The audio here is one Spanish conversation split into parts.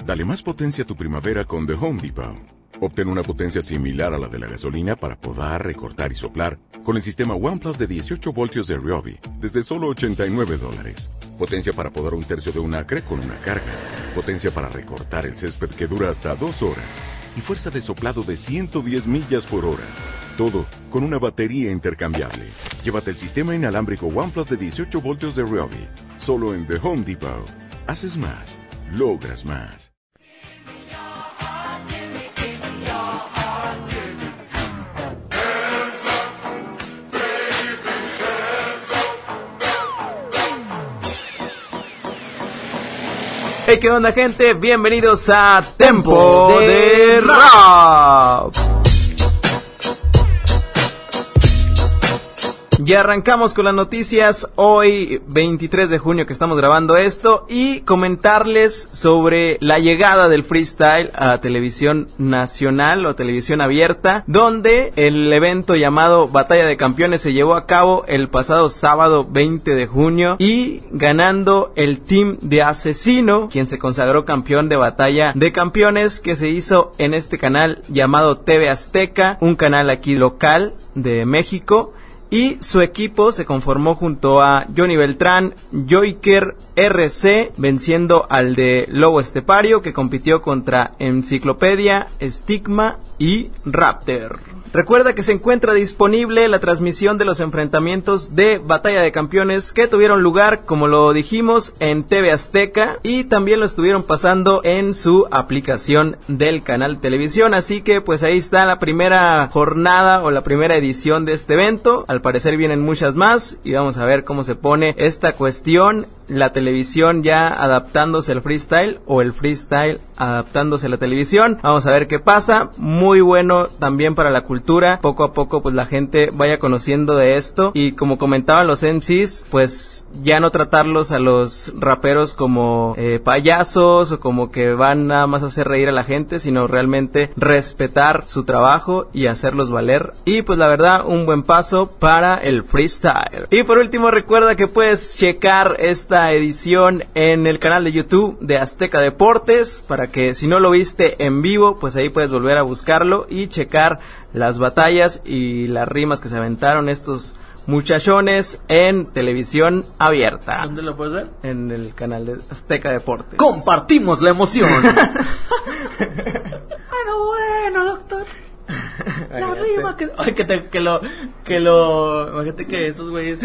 Dale más potencia a tu primavera con The Home Depot. Obtén una potencia similar a la de la gasolina para podar, recortar y soplar con el sistema OnePlus de 18 voltios de Ryobi desde solo $89. Potencia para podar un tercio de un acre con una carga. Potencia para recortar el césped que dura hasta 2 horas. Y fuerza de soplado de 110 millas por hora. Todo con una batería intercambiable. Llévate el sistema inalámbrico OnePlus de 18 voltios de Ryobi. Solo en The Home Depot. Haces más. Logras más. Hey, ¿qué onda, gente? Bienvenidos a Tempo de Rap. Ya arrancamos con las noticias hoy 23 de junio que estamos grabando esto y comentarles sobre la llegada del freestyle a televisión nacional o televisión abierta, donde el evento llamado Batalla de Campeones se llevó a cabo el pasado sábado 20 de junio y ganando el team de Asesino, quien se consagró campeón de Batalla de Campeones, que se hizo en este canal llamado TV Azteca, un canal aquí local de México. Y su equipo se conformó junto a Johnny Beltrán, Joyker RC, venciendo al de Lobo Estepario, que compitió contra Enciclopedia, Stigma y Raptor. Recuerda que se encuentra disponible la transmisión de los enfrentamientos de Batalla de Campeones que tuvieron lugar, como lo dijimos, en TV Azteca, y también lo estuvieron pasando en su aplicación del canal de televisión. Así que pues ahí está la primera jornada o la primera edición de este evento. Al parecer vienen muchas más y vamos a ver cómo se pone esta cuestión. La televisión ya adaptándose al freestyle o el freestyle adaptándose a la televisión. Vamos a ver qué pasa. Muy bueno también para la cultura. Poco a poco pues la gente vaya conociendo de esto. Y como comentaban los MCs, pues ya no tratarlos a los raperos como payasos o como que van nada más a hacer reír a la gente, sino realmente respetar su trabajo y hacerlos valer. Y pues la verdad, un buen paso para el freestyle. Y por último, recuerda que puedes checar esta edición en el canal de YouTube de Azteca Deportes, para que si no lo viste en vivo, pues ahí puedes volver a buscarlo y checar las batallas y las rimas que se aventaron estos muchachones en televisión abierta. ¿Dónde lo puedes ver? En el canal de Azteca Deportes. Compartimos la emoción. Bueno, doctor. La rima que... Ay, que lo... Imagínate que esos güeyes...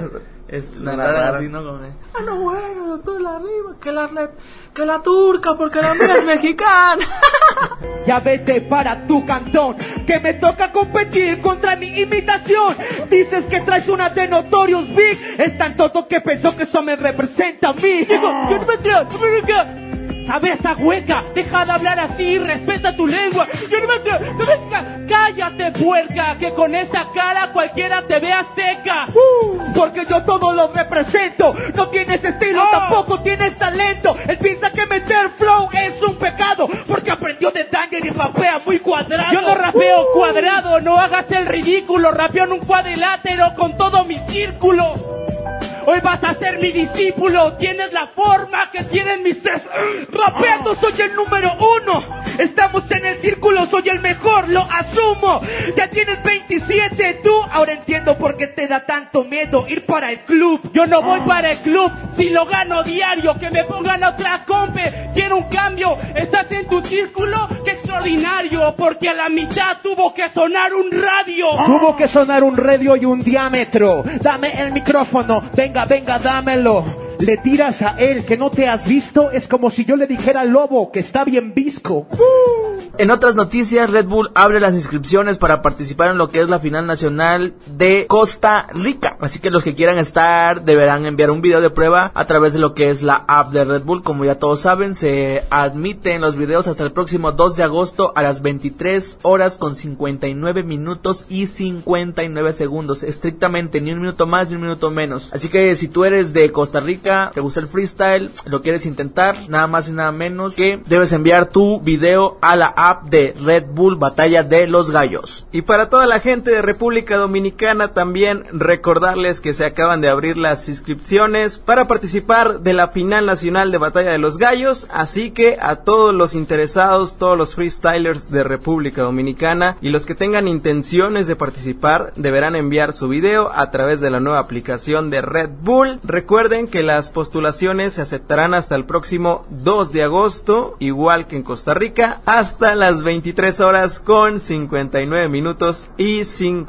narrar así, ¿no? Bueno, doctor, la rima, que la turca, porque la mía es mexicana. Ya vete para tu cantón, que me toca competir contra mi imitación. Dices que traes una de Notorious Big, es tan tonto que pensó que eso me representa a mí. Digo, yo no me creo, cabeza hueca, deja de hablar así, respeta tu lengua. Yo no me creo, cállate, puerca, que con esa cara cualquiera te ve azteca. Porque yo todo lo represento. No tienes estilo, tampoco tienes talento. Él piensa que meter flow es un pecado, porque aprendió de Danger y rapea muy cuadrado. Yo no rapeo cuadrado, no hagas el ridículo. Rapeo en un cuadrilátero con todo mi círculo. Hoy vas a ser mi discípulo. Tienes la forma que tienen mis tres. Rapeando soy el número 1. Estamos en el círculo, soy el mejor, lo asumo. Ya tienes 27 tú. Ahora entiendo por qué te da tanto miedo ir para el club. Yo no voy para el club si lo gano diario. Que me pongan otra compe. Quiero un cambio. ¿Estás en tu círculo? ¡Qué extraordinario! Porque a la mitad tuvo que sonar un radio. Tuvo que sonar un radio y un diámetro. Dame el micrófono. Venga, dámelo. Le tiras a él que no te has visto. Es como si yo le dijera al lobo que está bien visco. En otras noticias, Red Bull abre las inscripciones para participar en lo que es la final nacional de Costa Rica. Así que los que quieran estar deberán enviar un video de prueba a través de lo que es la app de Red Bull. Como ya todos saben, se admiten los videos hasta el próximo 2 de agosto a las 23 horas con 59 minutos y 59 segundos. Estrictamente, ni un minuto más ni un minuto menos. Así que si tú eres de Costa Rica, te gusta el freestyle, lo quieres intentar, nada más y nada menos que debes enviar tu video a la app app de Red Bull Batalla de los Gallos. Y para toda la gente de República Dominicana también recordarles que se acaban de abrir las inscripciones para participar de la final nacional de Batalla de los Gallos, así que a todos los interesados, todos los freestylers de República Dominicana y los que tengan intenciones de participar deberán enviar su video a través de la nueva aplicación de Red Bull. Recuerden que las postulaciones se aceptarán hasta el próximo 2 de agosto, igual que en Costa Rica, hasta las 23 horas con 59 minutos y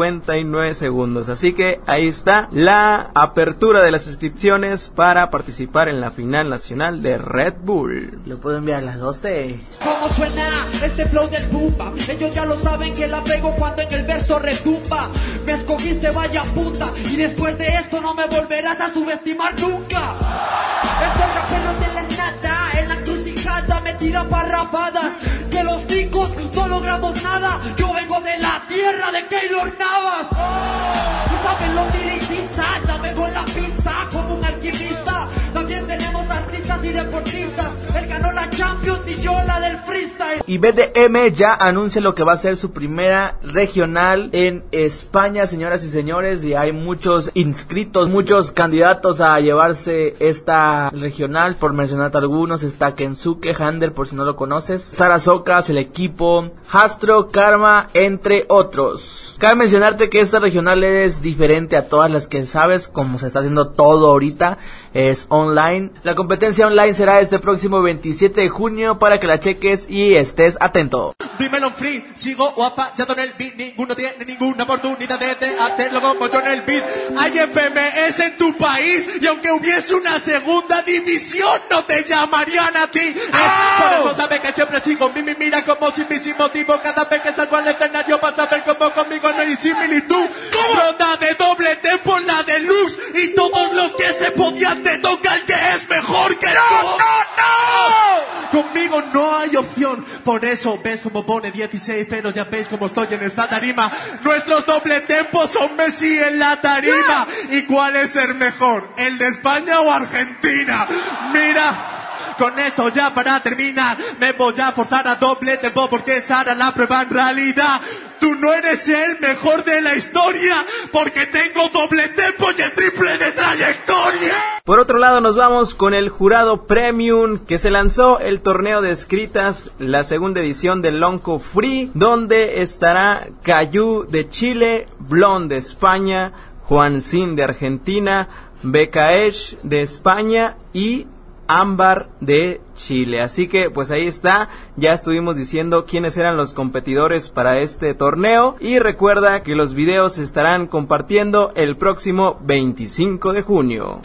59 segundos. Así que ahí está la apertura de las inscripciones para participar en la final nacional de Red Bull. Lo puedo enviar a las 12. ¿Cómo suena este flow del Pumba? Ellos ya lo saben que la pego cuando en el verso retumba. Me escogiste, vaya puta, y después de esto no me volverás a subestimar nunca. Estos raperos de la nada, en la encrucijada me tiran parrapadas. Que los ticos no logramos nada. Yo vengo de la tierra de Keylor Navas. Tú sabes los lyricistas, ya vengo en la pista como un alquimista. También tenemos artistas y deportistas. Él ganó la Champions y yo la del freestyle. Y BDM ya anuncia lo que va a ser su primera regional en España, señoras y señores, y hay muchos inscritos, muchos candidatos a llevarse esta regional. Por mencionar algunos, está Kensuke, Hander, por si no lo conoces, Sara Socas, el equipo, Hastro, Karma, entre otros. Cabe mencionarte que esta regional es diferente a todas las que sabes, como se está haciendo todo ahorita, es online. La competencia online será este próximo 27 de junio para que la cheques y estés atento. Dímelo free, sigo guapachando en el beat. Ninguno tiene ninguna oportunidad de hacerlo como yo en el beat. Hay FMS en tu país y aunque hubiese una segunda división no te llamarían a ti. Por eso sabes que siempre sigo mira como si me motivo. Cada vez que salgo al escenario vas a ver como conmigo no hay similitud. Ronda de doble tempo en la deluxe y todos los que se podían te tocan que es mejor que no. Conmigo no hay opción, por eso ves como pone 16, pero ya veis como estoy en esta tarima. Nuestros doble tempos son Messi en la tarima. ¿Y cuál es el mejor? ¿El de España o Argentina? Mira. Con esto ya para terminar, me voy a forzar a doble tempo porque esa era la prueba en realidad. Tú no eres el mejor de la historia porque tengo doble tempo y el triple de trayectoria. Por otro lado nos vamos con el Jurado Premium, que se lanzó el torneo de escritas, la segunda edición del Lonco Free, donde estará Cayu de Chile, Blond de España, Juancín de Argentina, Bekaesh de España y Ámbar de Chile. Así que pues ahí está, ya estuvimos diciendo quiénes eran los competidores para este torneo y recuerda que los videos se estarán compartiendo el próximo 25 de junio.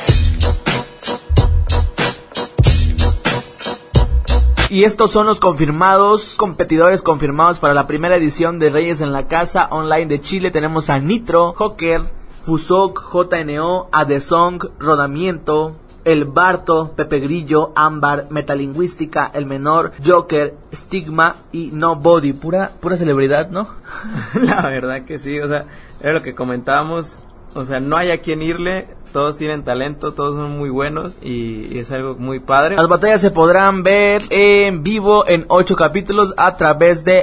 Y estos son los competidores confirmados para la primera edición de Reyes en la Casa Online de Chile. Tenemos a Nitro, Joker, Fusok, JNO, Adesong, Rodamiento, El Barto, Pepe Grillo, Ámbar, Metalingüística, El Menor, Joker, Stigma y Nobody. Pura celebridad, ¿no? La verdad que sí, o sea, era lo que comentábamos. O sea, no hay a quien irle, todos tienen talento, todos son muy buenos y es algo muy padre. Las batallas se podrán ver en vivo en 8 capítulos a través de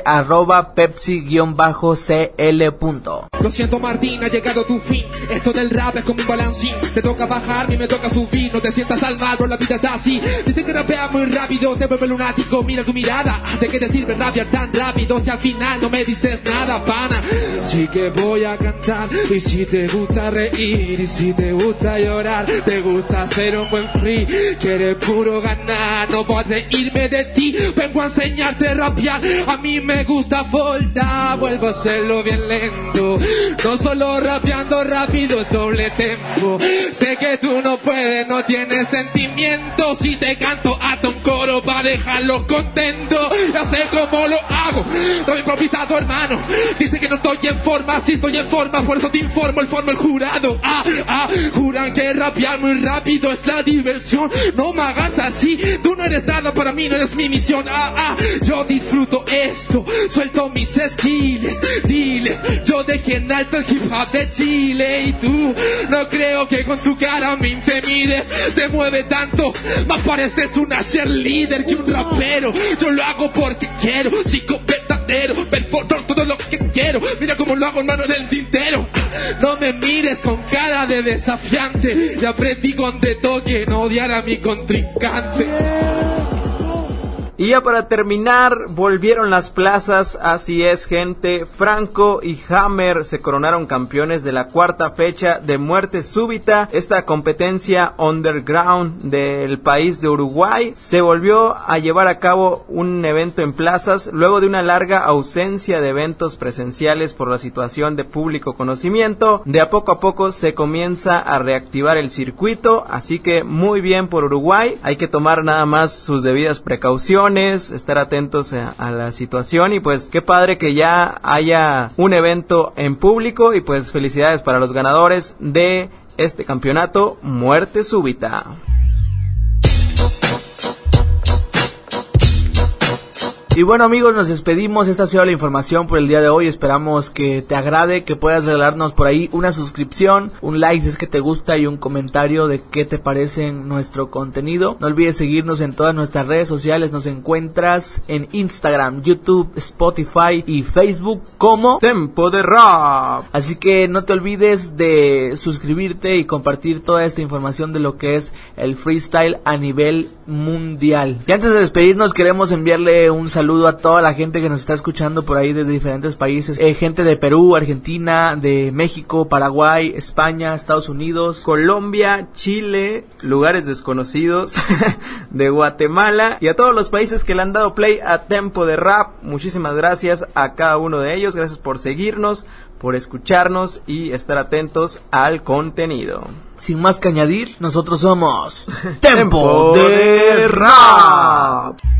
@Pepsi_CL. Lo siento Martín, ha llegado tu fin. Esto del rap es como un balancín. Te toca bajar, y me toca subir. No te sientas al mal, pero la vida es así. Dicen que rapea muy rápido, te vuelve lunático. Mira tu mirada, ¿de qué te sirve rapear tan rápido si al final no me dices nada, pana? Sí que voy a cantar y si te gusta reír y si te gusta llorar, te gusta hacer un buen free, quieres puro ganar, no voy a irme de ti, vengo a enseñarte a rapear, a mí me gusta voltar, vuelvo a hacerlo bien lento, no solo rapeando rápido, es doble tempo, sé que tú no puedes, no tienes sentimientos, si te canto hasta un coro para dejarlos contentos, ya sé cómo lo hago, rap improvisado hermano, dice que no estoy en forma, sí estoy en forma, por eso te informo el jurado, juran que rapear muy rápido es la diversión, no me hagas así, tú no eres nada para mí, no eres mi misión, yo disfruto esto, suelto mis skills, dile miles. Yo dejé en alto el hip hop de Chile y tú no creo que con tu cara me intimides. Se mueve tanto, más pareces una cheerleader que un rapero. Yo lo hago porque quiero, chico verdadero, performo todo lo que quiero. Mira cómo lo hago en mano del tintero. No me mires con cara de desafiante. Ya aprendí con de toque no odiar a mi contrincante. Y ya para terminar, volvieron las plazas, así es gente, Franco y Hammer se coronaron campeones de la cuarta fecha de Muerte Súbita. Esta competencia underground del país de Uruguay se volvió a llevar a cabo un evento en plazas luego de una larga ausencia de eventos presenciales por la situación de público conocimiento. De a poco se comienza a reactivar el circuito, así que muy bien por Uruguay, hay que tomar nada más sus debidas precauciones, estar atentos a la situación y pues qué padre que ya haya un evento en público y pues felicidades para los ganadores de este campeonato Muerte Súbita. Y bueno amigos, nos despedimos, esta ha sido la información por el día de hoy, esperamos que te agrade, que puedas regalarnos por ahí una suscripción, un like si es que te gusta y un comentario de qué te parece nuestro contenido. No olvides seguirnos en todas nuestras redes sociales, nos encuentras en Instagram, YouTube, Spotify y Facebook como Tempo de Rap. Así que no te olvides de suscribirte y compartir toda esta información de lo que es el freestyle a nivel mundial. Y antes de despedirnos queremos enviarle un saludo a toda la gente que nos está escuchando por ahí de diferentes países, gente de Perú, Argentina, de México, Paraguay, España, Estados Unidos, Colombia, Chile, lugares desconocidos, de Guatemala y a todos los países que le han dado play a Tempo de Rap. Muchísimas gracias a cada uno de ellos, gracias por seguirnos, por escucharnos y estar atentos al contenido. Sin más que añadir, nosotros somos Tempo de Rap.